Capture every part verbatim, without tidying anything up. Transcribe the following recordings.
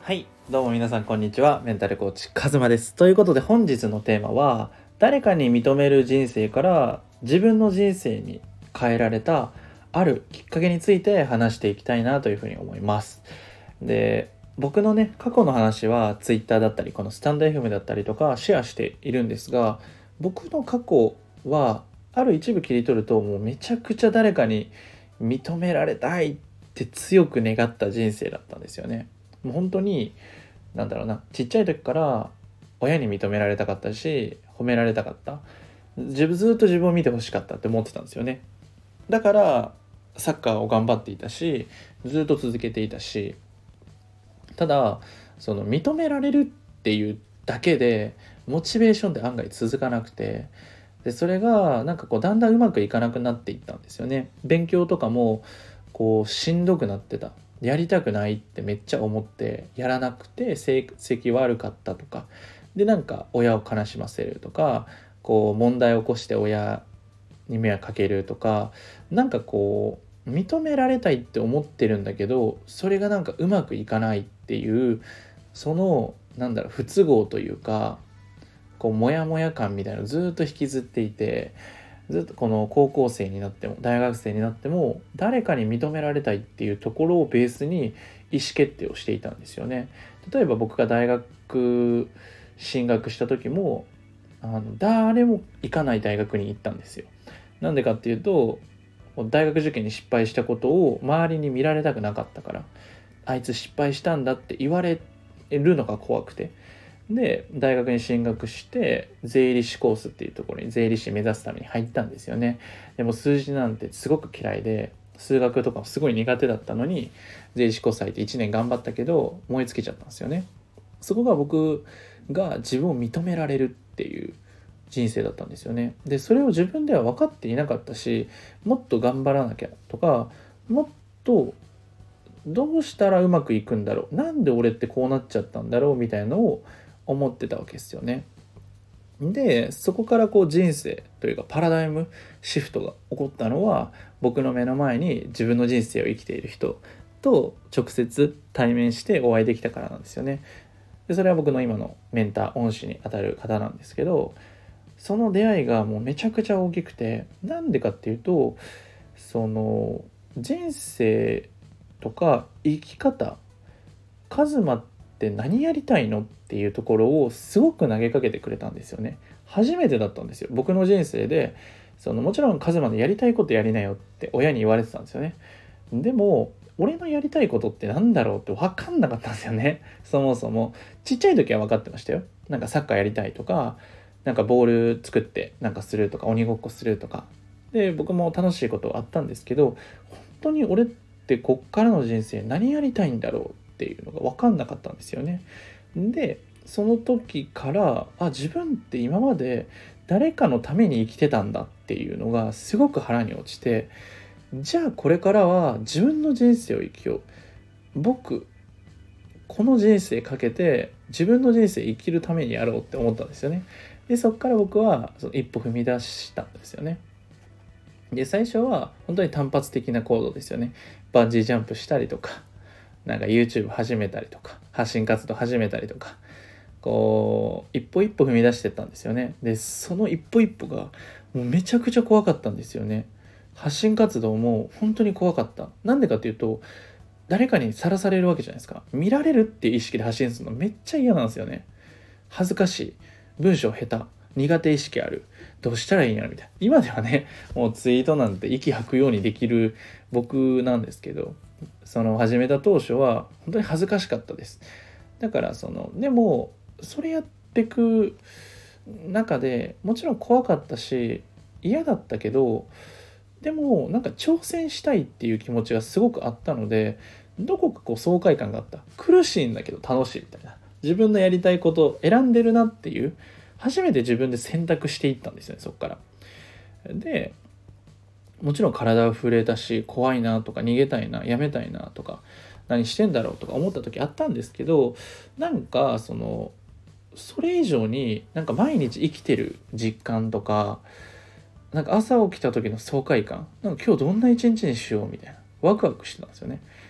はい、どうも皆さんこんにちは。メンタルコーチカズマです。ということで本日のテーマは、誰かに認める人生から自分の人生に変えられたあるきっかけについて話していきたいなというふうに思います。で、僕のね過去の話は Twitter だったりこのスタンド エフエム だったりとかシェアしているんですが、僕の過去はある一部切り取るともうめちゃくちゃ誰かに認められたいって強く願った人生だったんですよね。もう本当になんだろうな、ちっちゃい時から親に認められたかったし褒められたかった、自分ずっと自分を見てほしかったって思ってたんですよね。だからサッカーを頑張っていたしずっと続けていたし、ただその認められるっていうだけでモチベーションって案外続かなくて、でそれがなんかこうだんだんうまくいかなくなっていったんですよね。勉強とかもこうしんどくなってた、やりたくないってめっちゃ思ってやらなくて成績悪かったとかで、なんか親を悲しませるとか、こう問題を起こして親に迷惑かけるとか、なんかこう認められたいって思ってるんだけどそれがなんかうまくいかないっていう、そのなんだろう不都合というか、こうモヤモヤ感みたいなのをずっと引きずっていて、ずっとこの高校生になっても大学生になっても誰かに認められたいっていうところをベースに意思決定をしていたんですよね。例えば僕が大学進学した時もあの誰も行かない大学に行ったんですよ。なんでかっていうと、大学受験に失敗したことを周りに見られたくなかったから、あいつ失敗したんだって言われるのが怖くて、で大学に進学して税理士コースっていうところに税理士目指すために入ったんですよね。でも数字なんてすごく嫌いで数学とかもすごい苦手だったのに、税理士コース入っていちねん頑張ったけど燃え尽きちゃったんですよね。そこが僕が自分を認められるっていう人生だったんですよね。でそれを自分では分かっていなかったし、もっと頑張らなきゃとか、もっとどうしたらうまくいくんだろう、なんで俺ってこうなっちゃったんだろうみたいなのを思ってたわけですよね。でそこからこう人生というかパラダイムシフトが起こったのは、僕の目の前に自分の人生を生きている人と直接対面してお会いできたからなんですよね。でそれは僕の今のメンター恩師にあたる方なんですけど、その出会いがもうめちゃくちゃ大きくて、なんでかっていうと、その人生とか生き方、カズマって何やりたいのっていうところをすごく投げかけてくれたんですよね。初めてだったんですよ、僕の人生で。そのもちろんカズマのやりたいことやりなよって親に言われてたんですよね。でも俺のやりたいことってなんだろうって分かんなかったんですよね。そもそもちっちゃい時は分かってましたよ。なんかサッカーやりたいとか、なんかボール作ってなんかするとか、鬼ごっこするとかで僕も楽しいことあったんですけど、本当に俺ってこっからの人生何やりたいんだろうっていうのが分かんなかったんですよね。でその時からあ自分って今まで誰かのために生きてたんだっていうのがすごく腹に落ちて、じゃあこれからは自分の人生を生きよう、僕この人生かけて自分の人生生きるためにやろうって思ったんですよね。でそこから僕はその一歩踏み出したんですよね。で最初は本当に単発的な行動ですよね。バンジージャンプしたりとか、なんか YouTube 始めたりとか発信活動始めたりとか、こう一歩一歩踏み出してったんですよね。でその一歩一歩がもうめちゃくちゃ怖かったんですよね。発信活動も本当に怖かった。なんでかっていうと、誰かにさらされるわけじゃないですか。見られるっていう意識で発信するのめっちゃ嫌なんですよね。恥ずかしい、文章下手、苦手意識ある、どうしたらいいんやろみたいな。今ではねもうツイートなんて息吐くようにできる僕なんですけど、その始めた当初は本当に恥ずかしかったです。だからそのでもそれやってく中でもちろん怖かったし嫌だったけど、でもなんか挑戦したいっていう気持ちがすごくあったので、どこかこう爽快感があった。苦しいんだけど楽しいみたいな、自分のやりたいことを選んでるなっていう、初めて自分で選択していったんですよね、そこから。でもちろん体は震えたし、怖いなとか逃げたいな、やめたいなとか、何してんだろうとか思った時あったんですけど、なんかそのそれ以上になんか毎日生きてる実感とか、なんか朝起きた時の爽快感、なんか今日どんな一日にしようみたいなワクワクしてたんですよね。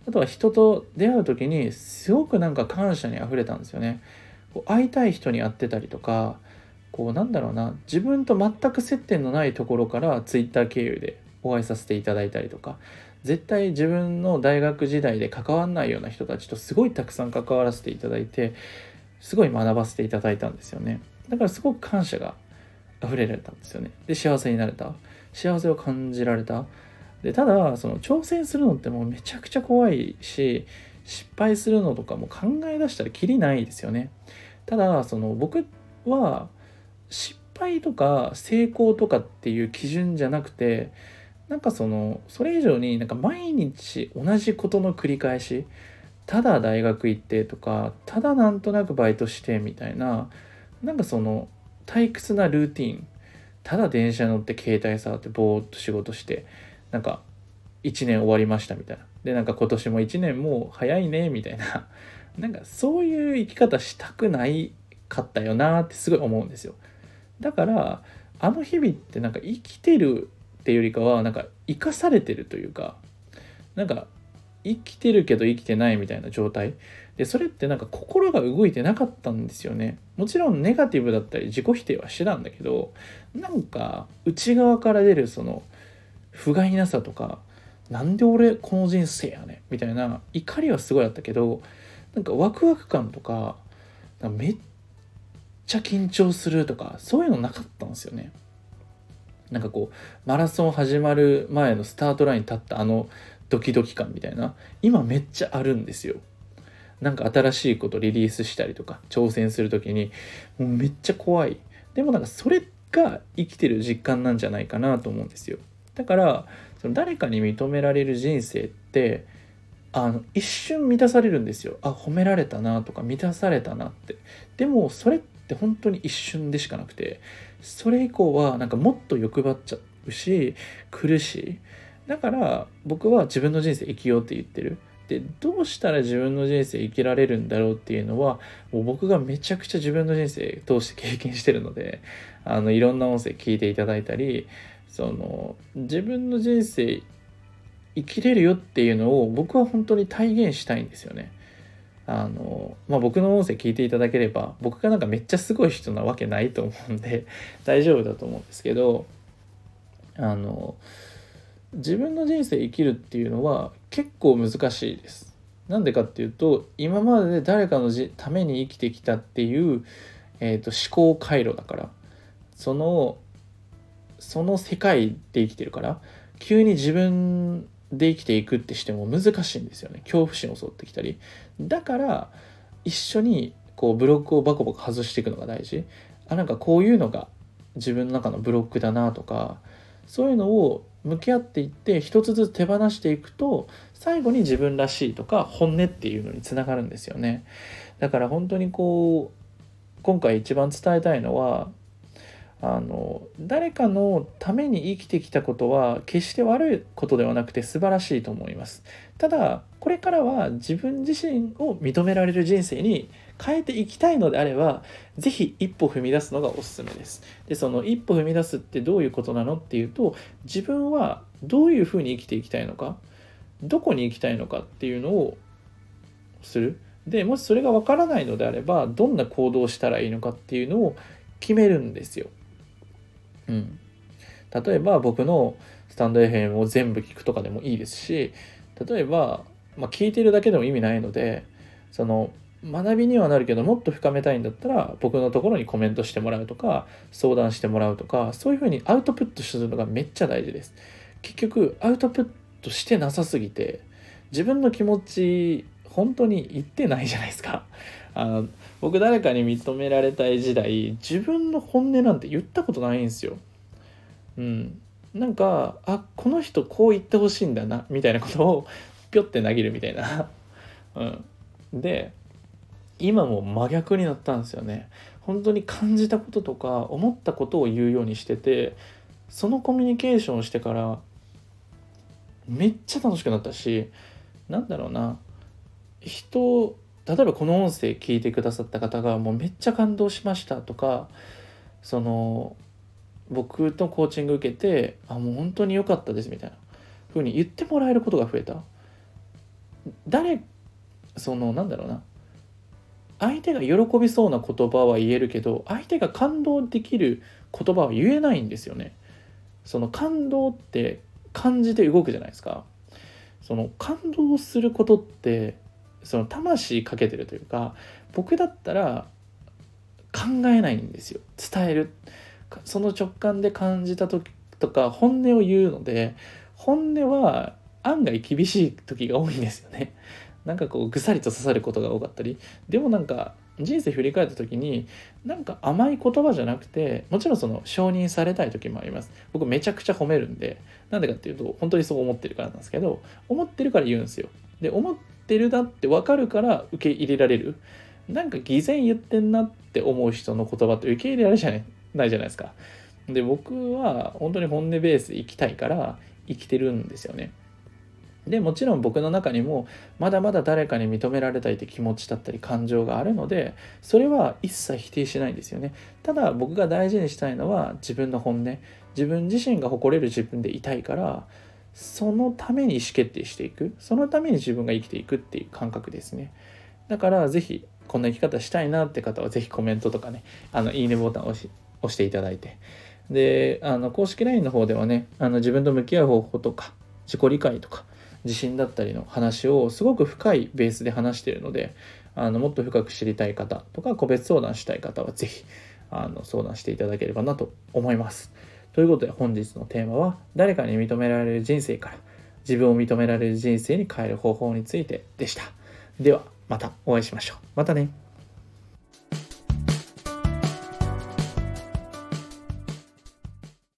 あとは人と出会う時にすごくなんか感謝にあふれたんですよね。こう会いたい人に会ってたりとか、こうなんだろうな、自分と全く接点のないところからツイッター経由でお会いさせていただいたりとか、絶対自分の大学時代で関わんないような人たちとすごいたくさん関わらせていただいて、すごい学ばせていただいたんですよね。だからすごく感謝が溢れられたんですよね。で、幸せになれた。幸せを感じられた。で、ただ、その挑戦するのってもうめちゃくちゃ怖いし、失敗するのとかも考え出したらキリないですよね。ただ、その僕は失敗とか成功とかっていう基準じゃなくて、なんかその、それ以上になんか毎日同じことの繰り返し、ただ大学行ってとか、ただなんとなくバイトしてみたいな、なんかその退屈なルーティン、ただ電車乗って携帯触ってぼーっと仕事して、なんかいちねん終わりましたみたいな。で、なんか今年もいちねんもう早いねみたいな。なんかそういう生き方したくないかったよなってすごい思うんですよ。だからあの日々ってなんか生きてるっていうよりかはなんか生かされてるというか、なんか生きてるけど生きてないみたいな状態で、それってなんか心が動いてなかったんですよね。もちろんネガティブだったり自己否定はしてたんだけど、なんか内側から出るその不甲斐なさとか、なんで俺この人生やねんみたいな怒りはすごいあったけど、なんかワクワク感とか、なんかめっちゃ緊張するとかそういうのなかったんですよね。なんかこうマラソン始まる前のスタートラインに立ったあのドキドキ感みたいな、今めっちゃあるんですよ。なんか新しいことリリースしたりとか挑戦するときにもうめっちゃ怖い。でもなんかそれが生きてる実感なんじゃないかなと思うんですよ。だからその誰かに認められる人生ってあの一瞬満たされるんですよ。あ、褒められたなとか満たされたなって。でもそれって本当に一瞬でしかなくて、それ以降はなんかもっと欲張っちゃうし苦しい。だから僕は自分の人生生きようって言ってる。で、どうしたら自分の人生生きられるんだろうっていうのはもう僕がめちゃくちゃ自分の人生通して経験してるので、あのいろんな音声聞いていただいたり、その自分の人生生きれるよっていうのを僕は本当に体現したいんですよね。あのまあ僕の音声聞いていただければ僕がなんかめっちゃすごい人なわけないと思うんで大丈夫だと思うんですけど、あの自分の人生生きるっていうのは結構難しいです。なんでかっていうと、今までで誰かのじために生きてきたっていう、えーと、思考回路だから、そのその世界で生きてるから、急に自分で生きていくってしても難しいんですよね。恐怖心を襲ってきたり。だから一緒にこうブロックをバコバコ外していくのが大事。あ、なんかこういうのが自分の中のブロックだなとか、そういうのを向き合っていって一つずつ手放していくと、最後に自分らしいとか本音っていうのにつながるんですよね。だから本当にこう今回一番伝えたいのは、あの誰かのために生きてきたことは決して悪いことではなくて素晴らしいと思います。ただこれからは自分自身を認められる人生に変えていきたいのであれば、ぜひ一歩踏み出すのがおすすめです。で、その一歩踏み出すってどういうことなのっていうと、自分はどういうふうに生きていきたいのか、どこに行きたいのかっていうのをする。で、もしそれがわからないのであれば、どんな行動をしたらいいのかっていうのを決めるんですよ。うん、例えば僕のスタンド エフエム を全部聞くとかでもいいですし、例えば、まあ、聞いてるだけでも意味ないので、その学びにはなるけどもっと深めたいんだったら僕のところにコメントしてもらうとか相談してもらうとか、そういうふうにアウトプットするのがめっちゃ大事です。結局アウトプットしてなさすぎて自分の気持ち本当に言ってないじゃないですか。あの僕誰かに認められたい時代自分の本音なんて言ったことないんですよ。うん、なんかあこの人こう言ってほしいんだなみたいなことをぴょって投げるみたいな、うん、で今も真逆になったんですよね。本当に感じたこととか思ったことを言うようにしてて、そのコミュニケーションをしてからめっちゃ楽しくなったし、なんだろうな、人例えばこの音声聞いてくださった方がもうめっちゃ感動しましたとか、その僕とコーチング受けてあもう本当に良かったですみたいな風に言ってもらえることが増えた。 誰そのなんだろうな相手が喜びそうな言葉は言えるけど、相手が感動できる言葉は言えないんですよね。その感動って感じて動くじゃないですか。その感動することってその魂かけてるというか、僕だったら考えないんですよ。伝える、その直感で感じた時とか本音を言うので、本音は案外厳しい時が多いんですよね。なんかこうぐさりと刺さることが多かったり、でもなんか人生振り返った時になんか甘い言葉じゃなくて、もちろんその承認されたい時もあります。僕めちゃくちゃ褒めるんで、なんでかっていうと本当にそう思ってるからなんですけど、思ってるから言うんですよ。で思ってるだって分かるから受け入れられる。なんか偽善言ってんなって思う人の言葉って受け入れられじゃないないじゃないですか。で僕は本当に本音ベースで生きたいから生きてるんですよね。でもちろん僕の中にもまだまだ誰かに認められたいって気持ちだったり感情があるので、それは一切否定しないんですよね。ただ僕が大事にしたいのは自分の本音、自分自身が誇れる自分でいたいから、そのために意思決定していく、そのために自分が生きていくっていう感覚ですね。だからぜひこんな生き方したいなって方はぜひコメントとかね、あのいいねボタンを押し押していただいて、であの公式 ライン の方ではね、あの自分と向き合う方法とか自己理解とか自信だったりの話をすごく深いベースで話しているので、あのもっと深く知りたい方とか個別相談したい方はぜひあの相談していただければなと思います。ということで本日のテーマは、誰かに認められる人生から自分を認められる人生に変える方法についてでした。ではまたお会いしましょう。またね。